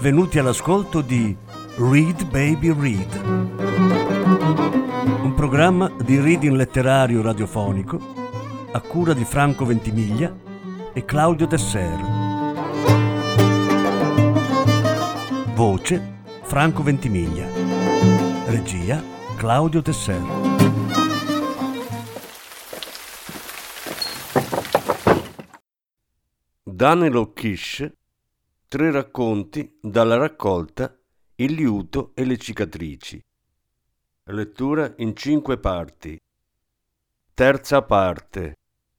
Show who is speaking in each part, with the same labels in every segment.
Speaker 1: benvenuti all'ascolto di Read Baby Read, un programma di reading letterario radiofonico a cura di Franco Ventimiglia e Claudio Tesser. Voce Franco Ventimiglia. Regia Claudio Tesser. Danilo Kish, 3 racconti dalla raccolta Il liuto e le cicatrici. Lettura in 5 parti. Terza parte.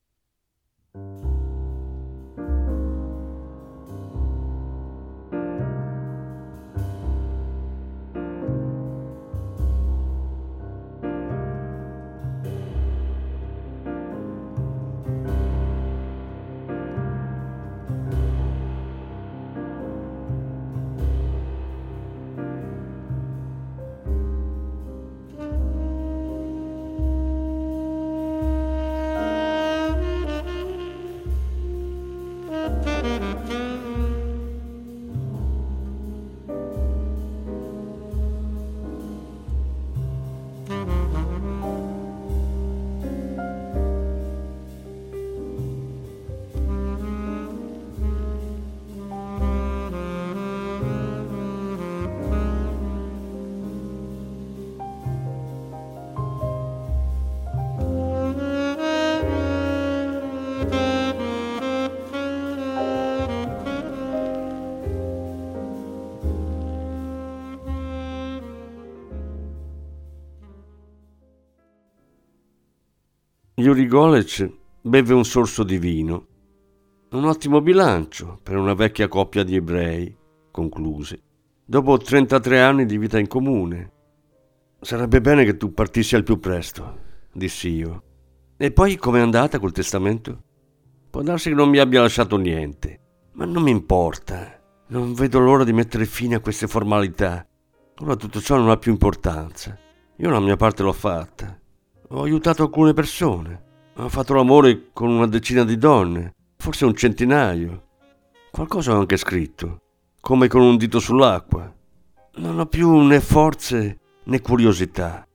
Speaker 1: Yuri Golec beve un sorso di vino. Un ottimo bilancio per una vecchia coppia di ebrei, concluse, dopo 33 anni di vita in comune. Sarebbe bene che tu partissi al più presto, dissi io. E poi com'è andata col testamento? Può darsi che non mi abbia lasciato niente, ma non mi importa. Non vedo l'ora di mettere fine a queste formalità. Ora tutto ciò non ha più importanza. Io la mia parte l'ho fatta. Ho aiutato alcune persone, ho fatto l'amore con una decina di donne, forse un centinaio. Qualcosa ho anche scritto, come con un dito sull'acqua. Non ho più né forze né curiosità.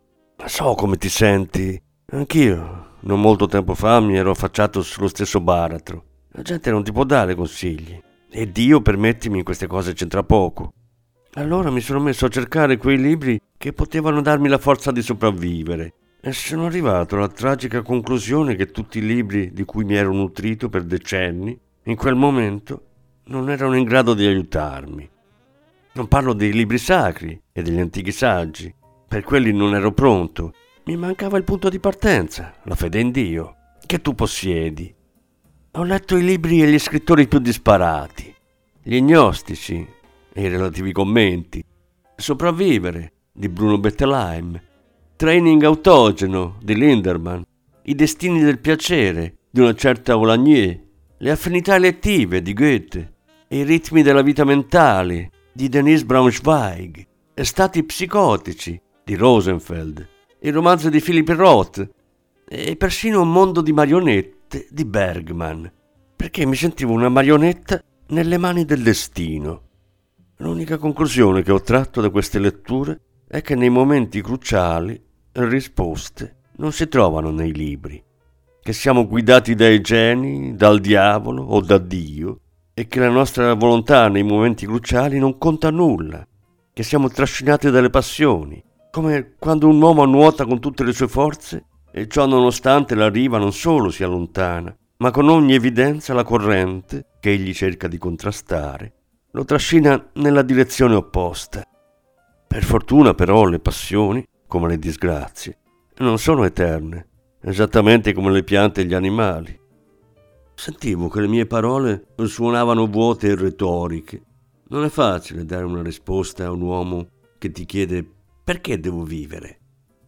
Speaker 1: So come ti senti. Anch'io, non molto tempo fa, mi ero affacciato sullo stesso baratro. La gente non ti può dare consigli. E Dio, permettimi, in queste cose c'entra poco. Allora mi sono messo a cercare quei libri che potevano darmi la forza di sopravvivere. E sono arrivato alla tragica conclusione che tutti i libri di cui mi ero nutrito per decenni, in quel momento, non erano in grado di aiutarmi. Non parlo dei libri sacri e degli antichi saggi. Per quelli non ero pronto. Mi mancava il punto di partenza, la fede in Dio, che tu possiedi. Ho letto i libri e gli scrittori più disparati, gli gnostici e i relativi commenti. Sopravvivere, di Bruno Bettelheim. Training autogeno di Linderman, I destini del piacere di una certa Aulagnier, Le affinità elettive di Goethe, I ritmi della vita mentale di Denis Braunschweig, Stati psicotici di Rosenfeld, il romanzo di Philip Roth e persino Un mondo di marionette di Bergman, perché mi sentivo una marionetta nelle mani del destino. L'unica conclusione che ho tratto da queste letture è che nei momenti cruciali risposte non si trovano nei libri, che siamo guidati dai geni, dal diavolo o da Dio e che la nostra volontà nei momenti cruciali non conta nulla, che siamo trascinati dalle passioni, come quando un uomo nuota con tutte le sue forze e ciò nonostante la riva non solo si allontana, ma con ogni evidenza la corrente, che egli cerca di contrastare, lo trascina nella direzione opposta. Per fortuna però le passioni, come le disgrazie, non sono eterne, esattamente come le piante e gli animali. Sentivo che le mie parole suonavano vuote e retoriche. Non è facile dare una risposta a un uomo che ti chiede perché devo vivere.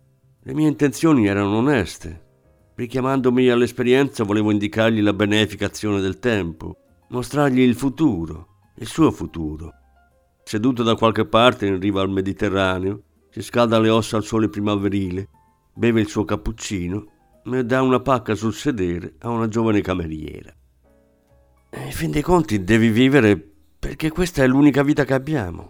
Speaker 1: Le mie intenzioni erano oneste. Richiamandomi all'esperienza volevo indicargli la benefica azione del tempo, mostrargli il futuro, il suo futuro. Seduto da qualche parte in riva al Mediterraneo, si scalda le ossa al sole primaverile, beve il suo cappuccino e dà una pacca sul sedere a una giovane cameriera. In fin dei conti devi vivere perché questa è l'unica vita che abbiamo.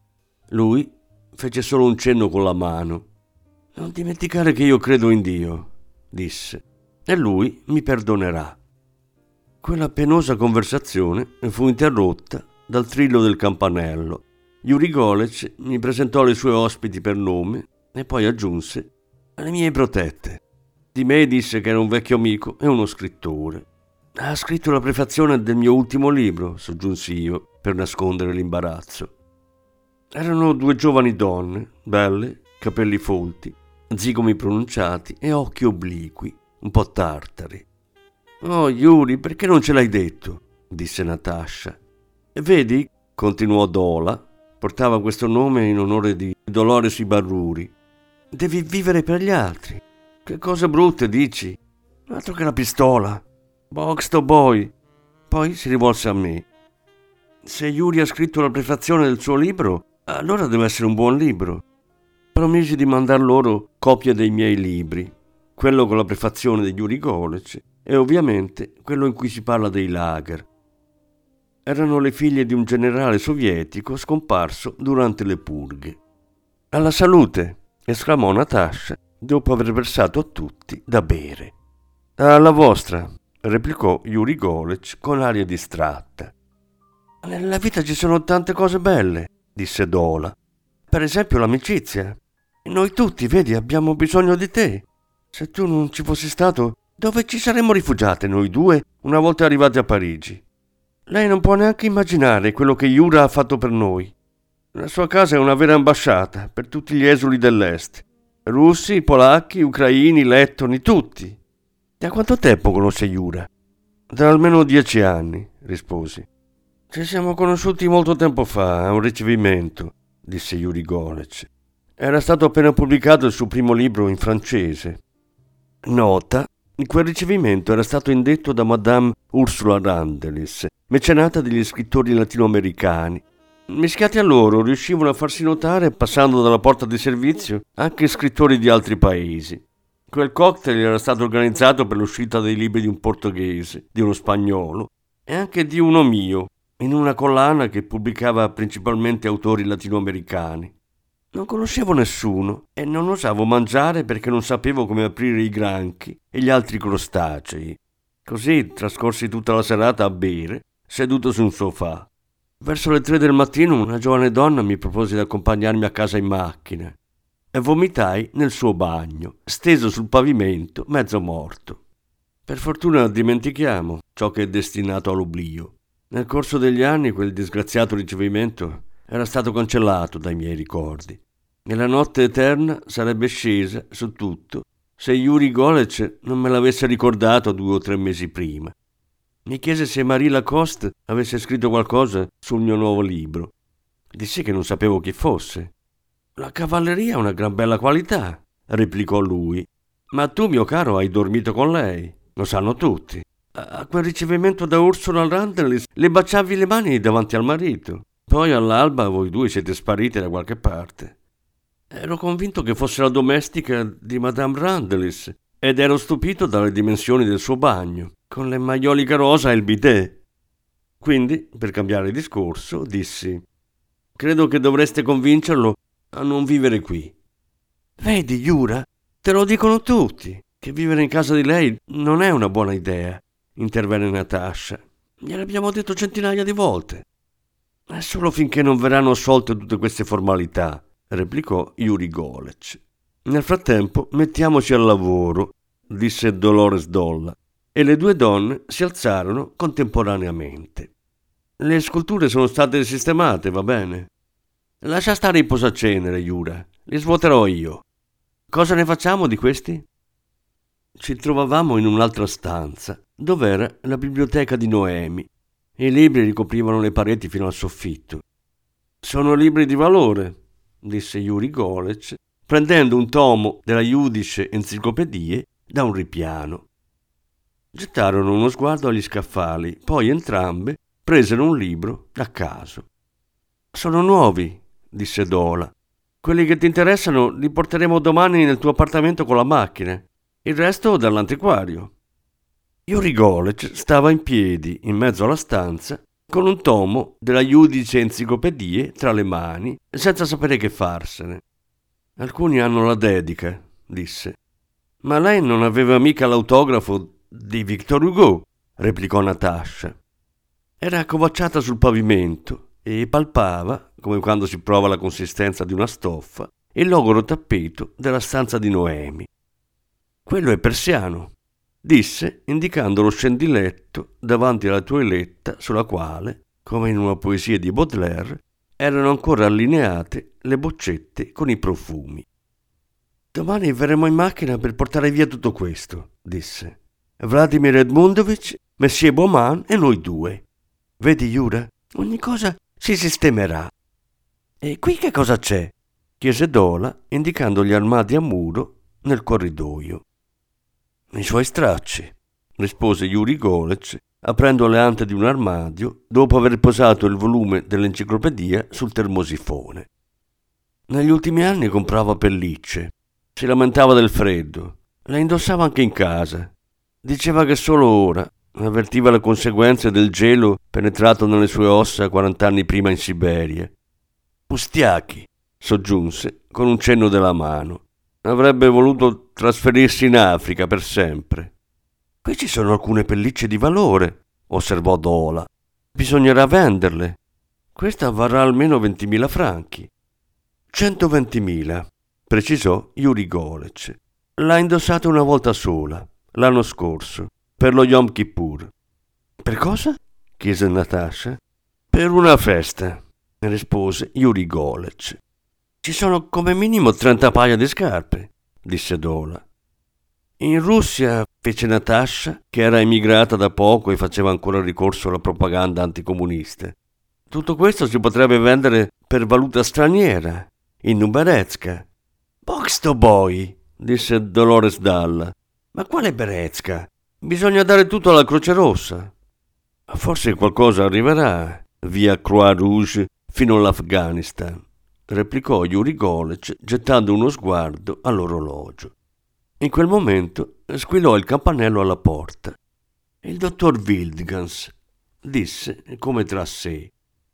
Speaker 1: Lui fece solo un cenno con la mano. Non dimenticare che io credo in Dio, disse, e lui mi perdonerà. Quella penosa conversazione fu interrotta dal trillo del campanello. Yuri Golec mi presentò le sue ospiti per nome e poi aggiunse le mie protette. Di me disse che era un vecchio amico e uno scrittore. Ha scritto la prefazione del mio ultimo libro, soggiunsi io, per nascondere l'imbarazzo. Erano due giovani donne, belle, capelli folti, zigomi pronunciati e occhi obliqui, un po' tartari. «Oh, Yuri, perché non ce l'hai detto?» disse Natasha. «E vedi», continuò Dola, portava questo nome in onore di Dolores Ibarruri, «devi vivere per gli altri. Che cose brutte dici? Altro che la pistola. Box to boy». Poi si rivolse a me. «Se Yuri ha scritto la prefazione del suo libro, allora deve essere un buon libro». Promisi di mandar loro copie dei miei libri, quello con la prefazione di Yuri Golec e ovviamente quello in cui si parla dei lager. Erano le figlie di un generale sovietico scomparso durante le purghe. «Alla salute!» esclamò Natasha dopo aver versato a tutti da bere. «Alla vostra!» replicò Yuri Golec con aria distratta. «Nella vita ci sono tante cose belle», disse Dola. «Per esempio l'amicizia. Noi tutti, vedi, abbiamo bisogno di te. Se tu non ci fossi stato, dove ci saremmo rifugiate noi due una volta arrivati a Parigi? Lei non può neanche immaginare quello che Yura ha fatto per noi. La sua casa è una vera ambasciata per tutti gli esuli dell'Est. Russi, polacchi, ucraini, lettoni, tutti. Da quanto tempo conosce Yura?» «Da almeno 10 anni», risposi. «Ci siamo conosciuti molto tempo fa, a un ricevimento», disse Yuri Golec. «Era stato appena pubblicato il suo primo libro in francese». Nota: quel ricevimento era stato indetto da Madame Ursula Randelis, mecenata degli scrittori latinoamericani. Mischiati a loro riuscivano a farsi notare, passando dalla porta di servizio, anche scrittori di altri paesi. Quel cocktail era stato organizzato per l'uscita dei libri di un portoghese, di uno spagnolo e anche di uno mio, in una collana che pubblicava principalmente autori latinoamericani. Non conoscevo nessuno e non osavo mangiare perché non sapevo come aprire i granchi e gli altri crostacei. Così trascorsi tutta la serata a bere, seduto su un sofà. Verso le 3 del mattino una giovane donna mi propose di accompagnarmi a casa in macchina e vomitai nel suo bagno, steso sul pavimento, mezzo morto. Per fortuna dimentichiamo ciò che è destinato all'oblio. Nel corso degli anni quel disgraziato ricevimento era stato cancellato dai miei ricordi e la notte eterna sarebbe scesa su tutto se Yuri Golec non me l'avesse ricordato 2 o 3 mesi prima. Mi chiese se Marie Lacoste avesse scritto qualcosa sul mio nuovo libro. Dissi che non sapevo chi fosse. «La cavalleria ha una gran bella qualità», replicò lui. «Ma tu, mio caro, hai dormito con lei. Lo sanno tutti. A quel ricevimento da Ursula Randelis le baciavi le mani davanti al marito. Poi all'alba voi due siete spariti da qualche parte. Ero convinto che fosse la domestica di Madame Randelis ed ero stupito dalle dimensioni del suo bagno, con le maioliche rosa e il bidet. Quindi, per cambiare discorso, dissi: credo che dovreste convincerlo a non vivere qui». «Vedi, Yura, te lo dicono tutti, che vivere in casa di lei non è una buona idea», intervenne Natasha. «Gliel'abbiamo detto centinaia di volte». «È solo finché non verranno assolte tutte queste formalità», replicò Yuri Golec. «Nel frattempo mettiamoci al lavoro», disse Dolores Dolla, e le 2 donne si alzarono contemporaneamente. «Le sculture sono state sistemate, va bene? Lascia stare i posacenere, Yura, li svuoterò io. Cosa ne facciamo di questi?» Ci trovavamo in un'altra stanza, dov'era la biblioteca di Noemi. I libri ricoprivano le pareti fino al soffitto. «Sono libri di valore», disse Yuri Golec, prendendo un tomo della Jüdische Enziclopedie da un ripiano. Gettarono uno sguardo agli scaffali, poi entrambe presero un libro a caso. «Sono nuovi», disse Dola. «Quelli che ti interessano li porteremo domani nel tuo appartamento con la macchina. Il resto dall'antiquario». Yuri Golec stava in piedi in mezzo alla stanza con un tomo della Iudice Enciclopedie tra le mani, senza sapere che farsene. «Alcuni hanno la dedica», disse. «Ma lei non aveva mica l'autografo di Victor Hugo», replicò Natascia. Era accovacciata sul pavimento e palpava, come quando si prova la consistenza di una stoffa, il logoro tappeto della stanza di Noemi. «Quello è persiano», disse, indicando lo scendiletto davanti alla toeletta sulla quale, come in una poesia di Baudelaire, erano ancora allineate le boccette con i profumi. «Domani verremo in macchina per portare via tutto questo», disse. «Vladimir Edmundovich, Monsieur Bauman e noi due. Vedi, Jura, ogni cosa si sistemerà». «E qui che cosa c'è?» chiese Dola, indicando gli armadi a muro nel corridoio. «I suoi stracci», rispose Yuri Golec, aprendo le ante di un armadio dopo aver posato il volume dell'enciclopedia sul termosifone. Negli ultimi anni comprava pellicce, si lamentava del freddo, le indossava anche in casa. Diceva che solo ora avvertiva le conseguenze del gelo penetrato nelle sue ossa 40 anni prima in Siberia. «Pustiachi», soggiunse con un cenno della mano. «Avrebbe voluto trasferirsi in Africa per sempre». «Qui ci sono alcune pellicce di valore», osservò Dola. «Bisognerà venderle. Questa varrà almeno 20.000 franchi». «120.000», precisò Yuri Golec. «L'ha indossata una volta sola, l'anno scorso, per lo Yom Kippur». «Per cosa?» chiese Natascia. «Per una festa», rispose Yuri Golec. «Ci sono come minimo 30 paia di scarpe», disse Dola. «In Russia», fece Natascia, che era emigrata da poco e faceva ancora ricorso alla propaganda anticomunista. «Tutto questo si potrebbe vendere per valuta straniera, in Nuberezka». «Box boy», disse Dolores Dalla. «Ma quale Berezka? Bisogna dare tutto alla Croce Rossa». «Forse qualcosa arriverà via Croix Rouge fino all'Afghanistan», replicò Yuri Golec, gettando uno sguardo all'orologio. In quel momento squillò il campanello alla porta. «Il dottor Wildgans», disse come tra sé.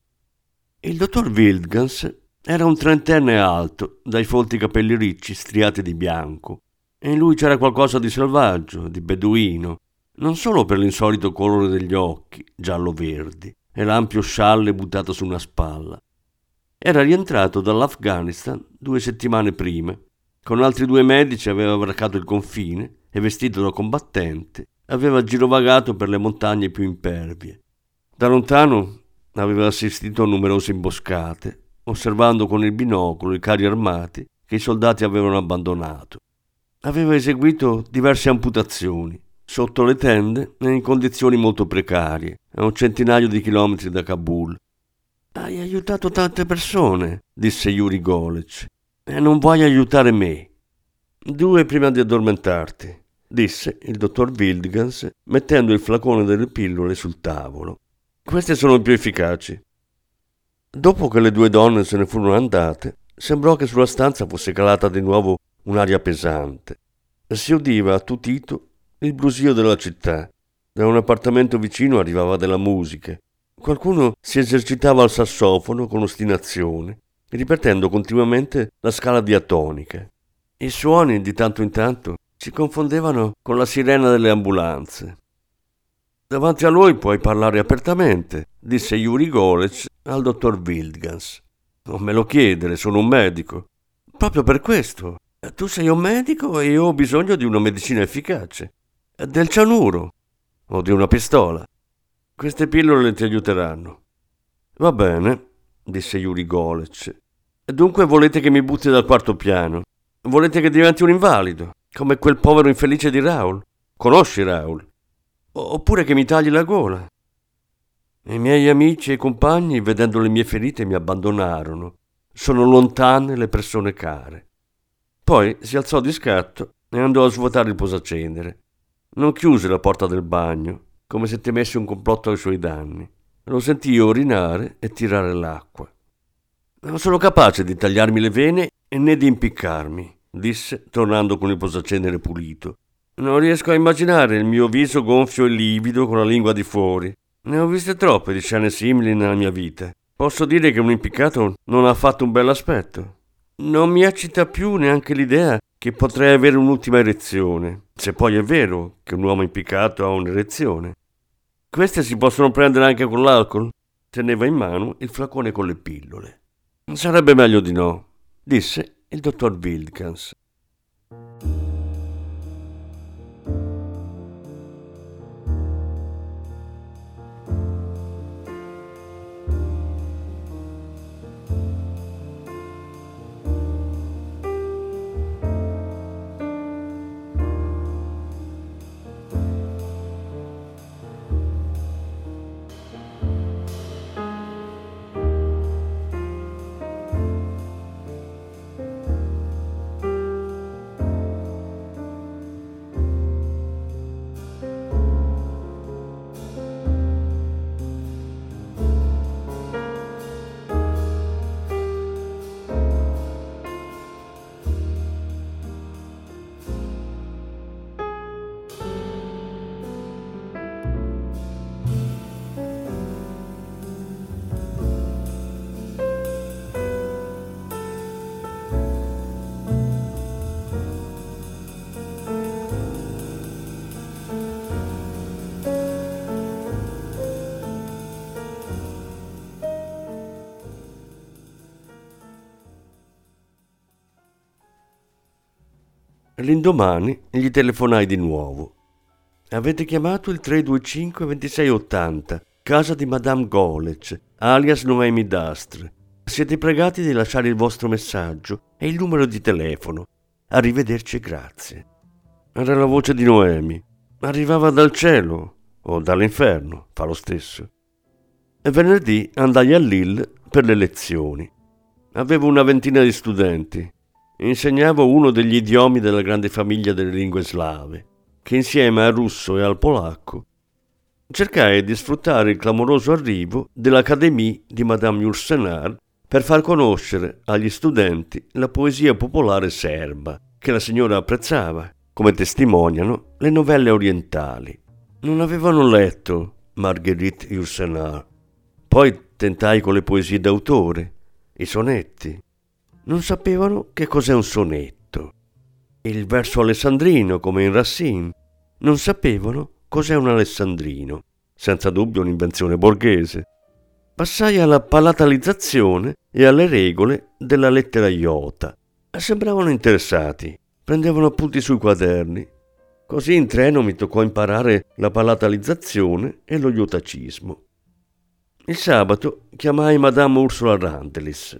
Speaker 1: Il dottor Wildgans era un trentenne alto, dai folti capelli ricci striati di bianco, e in lui c'era qualcosa di selvaggio, di beduino, non solo per l'insolito colore degli occhi, giallo-verdi, e l'ampio scialle buttato su una spalla. Era rientrato dall'Afghanistan 2 settimane prima. Con altri 2 medici aveva varcato il confine e, vestito da combattente, aveva girovagato per le montagne più impervie. Da lontano aveva assistito a numerose imboscate, osservando con il binocolo i carri armati che i soldati avevano abbandonato. Aveva eseguito diverse amputazioni, sotto le tende e in condizioni molto precarie, a un centinaio di chilometri da Kabul. «Hai aiutato tante persone», disse Yuri Golec, «e non vuoi aiutare me?» «2 prima di addormentarti», disse il dottor Wildgans, mettendo il flacone delle pillole sul tavolo. «Queste sono più efficaci». Dopo che le 2 donne se ne furono andate, sembrò che sulla stanza fosse calata di nuovo un'aria pesante. Si udiva attutito il brusio della città. Da un appartamento vicino arrivava della musica. Qualcuno si esercitava al sassofono con ostinazione, ripetendo continuamente la scala diatonica. I suoni, di tanto in tanto, si confondevano con la sirena delle ambulanze. «Davanti a lui puoi parlare apertamente», disse Yuri Golec al dottor Wildgans. «Non me lo chiedere, sono un medico». «Proprio per questo. Tu sei un medico e io ho bisogno di una medicina efficace. Del cianuro o di una pistola. Queste pillole ti aiuteranno». «Va bene», disse Yuri Golec. «Dunque volete che mi butti dal 4º piano? Volete che diventi un invalido, come quel povero infelice di Raoul? Conosci Raoul? Oppure che mi tagli la gola?» «I miei amici e compagni, vedendo le mie ferite, mi abbandonarono. Sono lontane le persone care». Poi si alzò di scatto e andò a svuotare il posacenere. Non chiuse la porta del bagno, come se temesse un complotto ai suoi danni. Lo sentii urinare e tirare l'acqua. «Non sono capace di tagliarmi le vene né di impiccarmi», disse, tornando con il posacenere pulito. «Non riesco a immaginare il mio viso gonfio e livido con la lingua di fuori. Ne ho viste troppe di scene simili nella mia vita. Posso dire che un impiccato non ha fatto un bel aspetto. Non mi eccita più neanche l'idea che potrei avere un'ultima erezione, se poi è vero che un uomo impiccato ha un'erezione. Queste si possono prendere anche con l'alcol? Teneva in mano il flacone con le pillole. Sarebbe meglio di no, disse il dottor Wilkins. L'indomani gli telefonai di nuovo. Avete chiamato il 325 2680, casa di Madame Golec, alias Noemi Dastre. Siete pregati di lasciare il vostro messaggio e il numero di telefono. Arrivederci e grazie. Era la voce di Noemi. Arrivava dal cielo o dall'inferno, fa lo stesso. E venerdì andai a Lille per le lezioni. Avevo una ventina di studenti. Insegnavo uno degli idiomi della grande famiglia delle lingue slave, che insieme al russo e al polacco cercai di sfruttare il clamoroso arrivo dell'Académie di Madame Yourcenar per far conoscere agli studenti la poesia popolare serba, che la signora apprezzava, come testimoniano le novelle orientali. Non avevano letto Marguerite Yourcenar. Poi tentai con le poesie d'autore, i sonetti. Non sapevano che cos'è un sonetto. Il verso alessandrino, come in Racine. Non sapevano cos'è un alessandrino. Senza dubbio un'invenzione borghese. Passai alla palatalizzazione e alle regole della lettera iota. Sembravano interessati. Prendevano appunti sui quaderni. Così in treno mi toccò imparare la palatalizzazione e lo iotacismo. Il sabato chiamai Madame Ursula Randlis.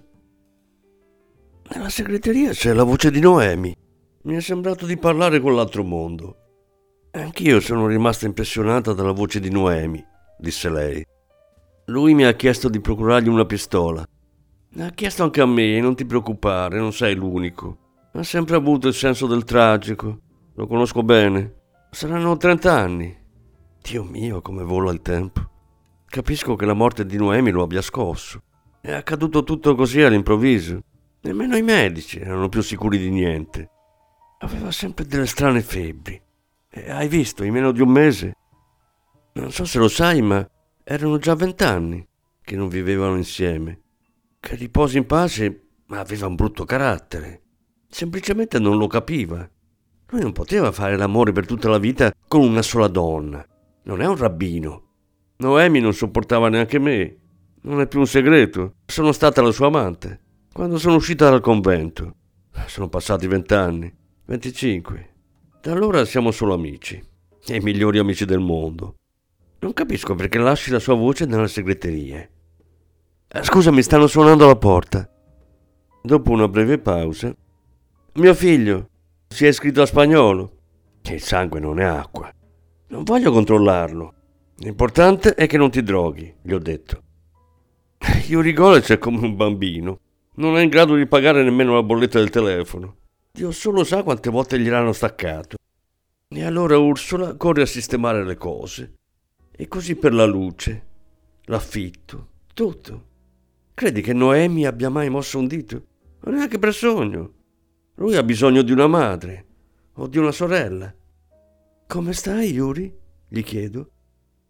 Speaker 1: Nella segreteria c'è la voce di Noemi. Mi è sembrato di parlare con l'altro mondo. Anch'io sono rimasta impressionata dalla voce di Noemi, disse lei. Lui mi ha chiesto di procurargli una pistola. Ha chiesto anche a me, non ti preoccupare, non sei l'unico. Ha sempre avuto il senso del tragico. Lo conosco bene. Saranno 30 anni. Dio mio, come vola il tempo. Capisco che la morte di Noemi lo abbia scosso. È accaduto tutto così all'improvviso. Nemmeno i medici erano più sicuri di niente. Aveva sempre delle strane febbri. E hai visto, in meno di un mese? Non so se lo sai, ma erano già 20 anni che non vivevano insieme. Che riposi in pace, ma aveva un brutto carattere. Semplicemente non lo capiva. Lui non poteva fare l'amore per tutta la vita con una sola donna. Non è un rabbino. Noemi non sopportava neanche me. Non è più un segreto. Sono stata la sua amante. Quando sono uscita dal convento. Sono passati 20 anni. 25. Da allora siamo solo amici. I migliori amici del mondo. Non capisco perché lasci la sua voce nella segreteria. Scusa, mi stanno suonando alla porta. Dopo una breve pausa. Mio figlio si è iscritto a spagnolo. Il sangue non è acqua. Non voglio controllarlo. L'importante è che non ti droghi, gli ho detto. Yuri Golec è come un bambino. Non è in grado di pagare nemmeno la bolletta del telefono. Dio solo sa quante volte gliel'hanno staccato. E allora Ursula corre a sistemare le cose. E così per la luce, l'affitto, tutto. Credi che Noemi abbia mai mosso un dito? Non neanche per sogno. Lui ha bisogno di una madre o di una sorella. Come stai, Yuri? Gli chiedo.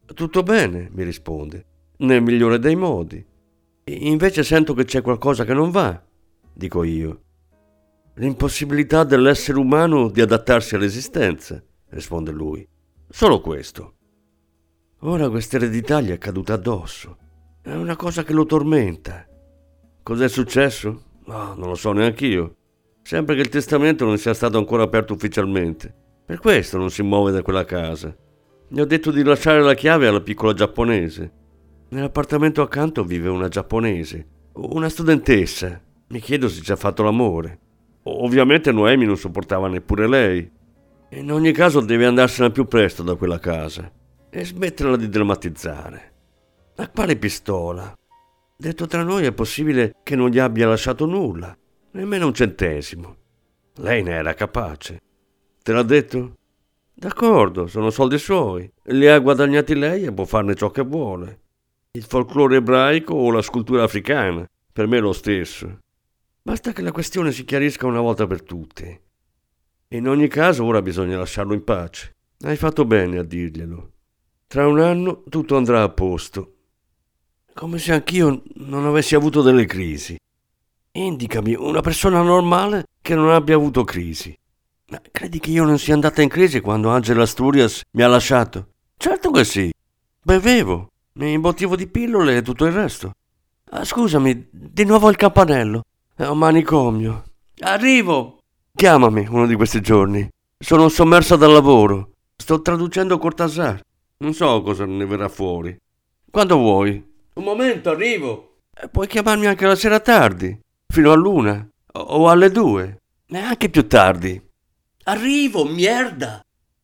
Speaker 1: Tutto bene, mi risponde, nel migliore dei modi. Invece sento che c'è qualcosa che non va, dico io. L'impossibilità dell'essere umano di adattarsi all'esistenza, risponde lui. Solo questo. Ora questa eredità gli è caduta addosso. È una cosa che lo tormenta. Cos'è successo? No, non lo so neanch'io. Sembra che il testamento non sia stato ancora aperto ufficialmente. Per questo non si muove da quella casa. Gli ho detto di lasciare la chiave alla piccola giapponese. Nell'appartamento accanto vive una giapponese, una studentessa. Mi chiedo se ci ha fatto l'amore. Ovviamente Noemi non sopportava neppure lei. In ogni caso deve andarsene al più presto da quella casa e smetterla di drammatizzare. Ma quale pistola? Detto tra noi, è possibile che non gli abbia lasciato nulla, nemmeno un centesimo. Lei ne era capace. Te l'ha detto? D'accordo, sono soldi suoi. Li ha guadagnati lei e può farne ciò che vuole. Il folklore ebraico o la scultura africana, per me è lo stesso. Basta che la questione si chiarisca una volta per tutte. In ogni caso ora bisogna lasciarlo in pace. Hai fatto bene a dirglielo. Tra un anno tutto andrà a posto. Come se anch'io non avessi avuto delle crisi. Indicami una persona normale che non abbia avuto crisi. Ma credi che io non sia andata in crisi quando Angela Asturias mi ha lasciato? Certo che sì. Bevevo, mi imbottivo di pillole e tutto il resto. Scusami, di nuovo il campanello. È un manicomio. Arrivo! Chiamami uno di questi giorni. Sono sommersa dal lavoro. Sto traducendo Cortázar. Non so cosa ne verrà fuori. Quando vuoi. Un momento, arrivo. Puoi chiamarmi anche la sera tardi, fino all'1 o alle 2, e anche più tardi. Arrivo, merda!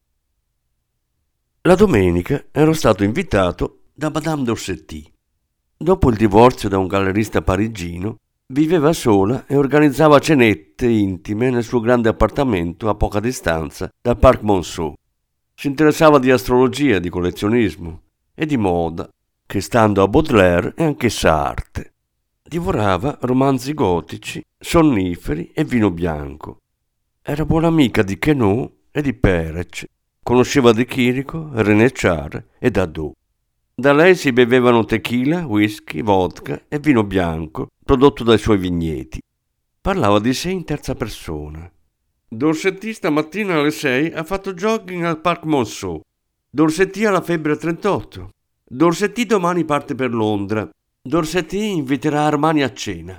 Speaker 1: La domenica ero stato invitato da Madame Dorsetti. Dopo il divorzio da un gallerista parigino, viveva sola e organizzava cenette intime nel suo grande appartamento a poca distanza dal Parc Monceau. Si interessava di astrologia, di collezionismo e di moda, che stando a Baudelaire è anch'essa arte. Divorava romanzi gotici, sonniferi e vino bianco. Era buona amica di Queneau e di Perec, conosceva De Chirico, René Char e Dadaut. Da lei si bevevano tequila, whisky, vodka e vino bianco prodotto dai suoi vigneti. Parlava di sé in terza persona. Dorsetti stamattina alle 6 ha fatto jogging al Parc Monceau. Dorsetti ha la febbre a 38. Dorsetti domani parte per Londra. Dorsetti inviterà Armani a cena.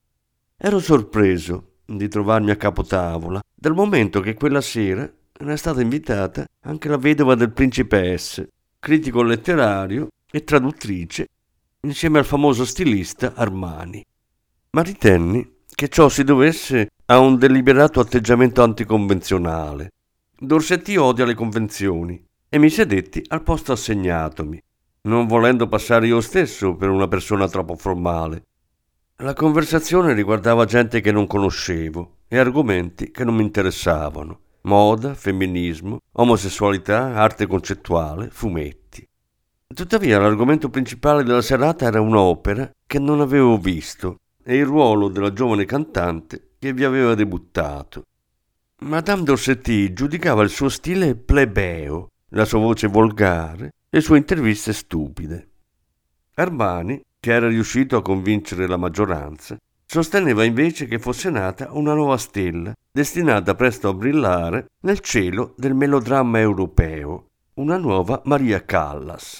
Speaker 1: Ero sorpreso di trovarmi a capotavola, dal momento che quella sera era stata invitata anche la vedova del principe S, critico letterario e traduttrice, insieme al famoso stilista Armani. Ma ritenni che ciò si dovesse a un deliberato atteggiamento anticonvenzionale. Dorsetti odia le convenzioni e mi sedetti al posto assegnatomi, non volendo passare io stesso per una persona troppo formale. La conversazione riguardava gente che non conoscevo e argomenti che non mi interessavano: moda, femminismo, omosessualità, arte concettuale, fumetti. Tuttavia l'argomento principale della serata era un'opera che non avevo visto e il ruolo della giovane cantante che vi aveva debuttato. Madame Dorsetti giudicava il suo stile plebeo, la sua voce volgare e le sue interviste stupide. Armani, che era riuscito a convincere la maggioranza, sosteneva invece che fosse nata una nuova stella, destinata presto a brillare nel cielo del melodramma europeo, una nuova Maria Callas.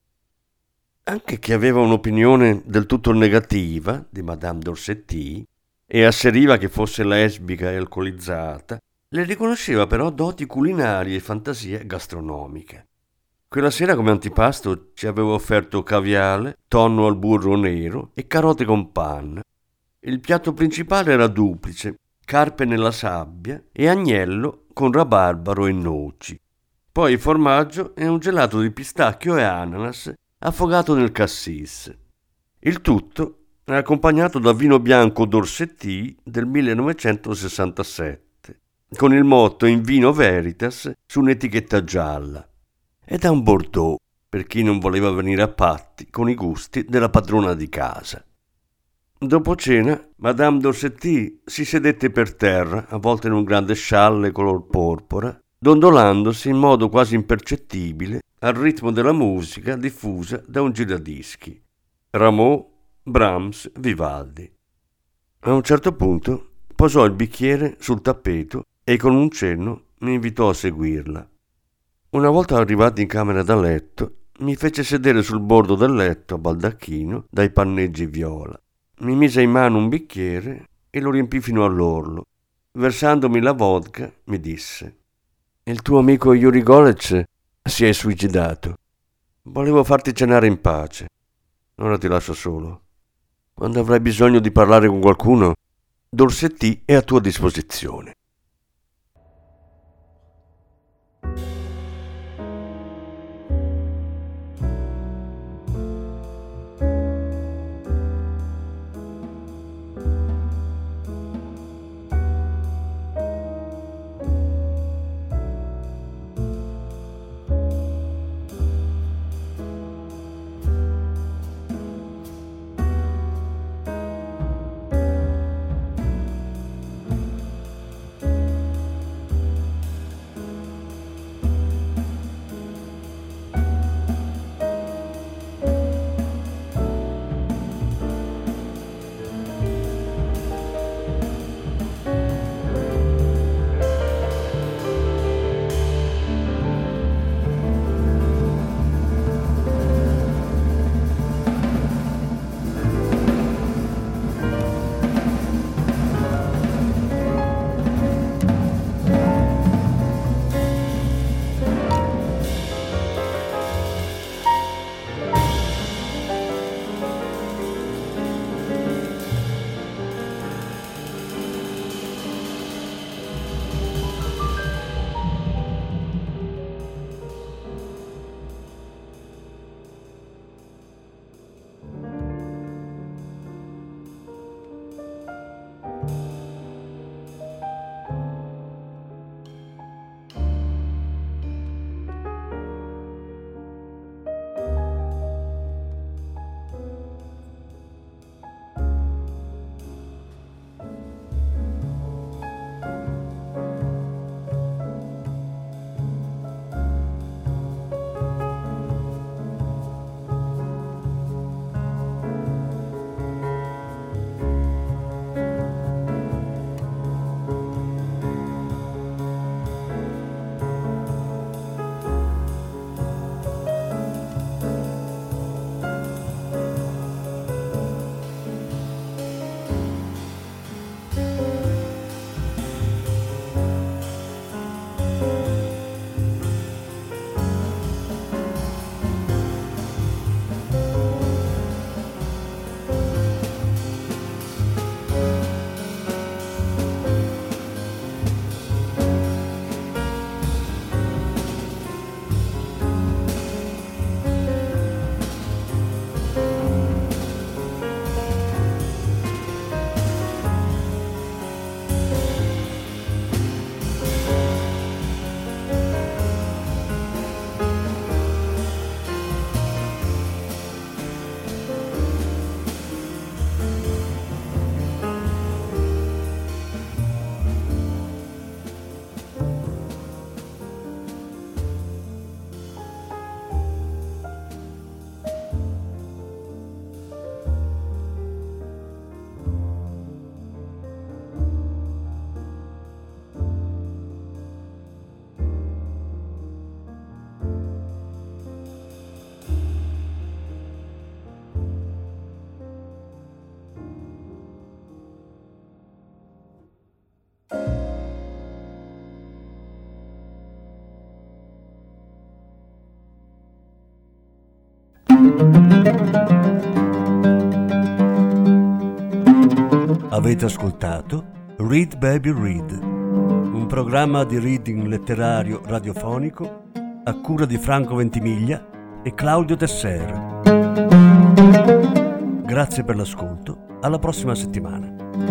Speaker 1: Anche chi aveva un'opinione del tutto negativa di Madame Dorsetti e asseriva che fosse lesbica e alcolizzata, le riconosceva però doti culinarie e fantasie gastronomiche. Quella sera come antipasto ci aveva offerto caviale, tonno al burro nero e carote con panna. Il piatto principale era duplice, carpe nella sabbia e agnello con rabarbaro e noci. Poi formaggio e un gelato di pistacchio e ananas affogato nel cassis. Il tutto è accompagnato da vino bianco Dorsetti del 1967, con il motto in vino veritas su un'etichetta gialla, e da un Bordeaux per chi non voleva venire a patti con i gusti della padrona di casa. Dopo cena, Madame Dorsetti si sedette per terra, avvolta in un grande scialle color porpora, dondolandosi in modo quasi impercettibile al ritmo della musica diffusa da un giradischi. Rameau, Brahms, Vivaldi. A un certo punto posò il bicchiere sul tappeto e con un cenno mi invitò a seguirla. Una volta arrivati in camera da letto, mi fece sedere sul bordo del letto a baldacchino dai panneggi viola. Mi mise in mano un bicchiere e lo riempì fino all'orlo. Versandomi la vodka, mi disse: «Il tuo amico Yuri Golec si è suicidato. Volevo farti cenare in pace. Ora ti lascio solo. Quando avrai bisogno di parlare con qualcuno, Dorsetti è a tua disposizione».
Speaker 2: Avete ascoltato Read Baby Read, un programma di reading letterario radiofonico a cura di Franco Ventimiglia e Claudio Tesser. Grazie per l'ascolto, alla prossima settimana.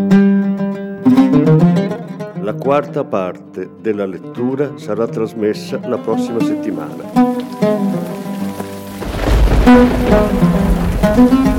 Speaker 1: La quarta parte della lettura sarà trasmessa la prossima settimana.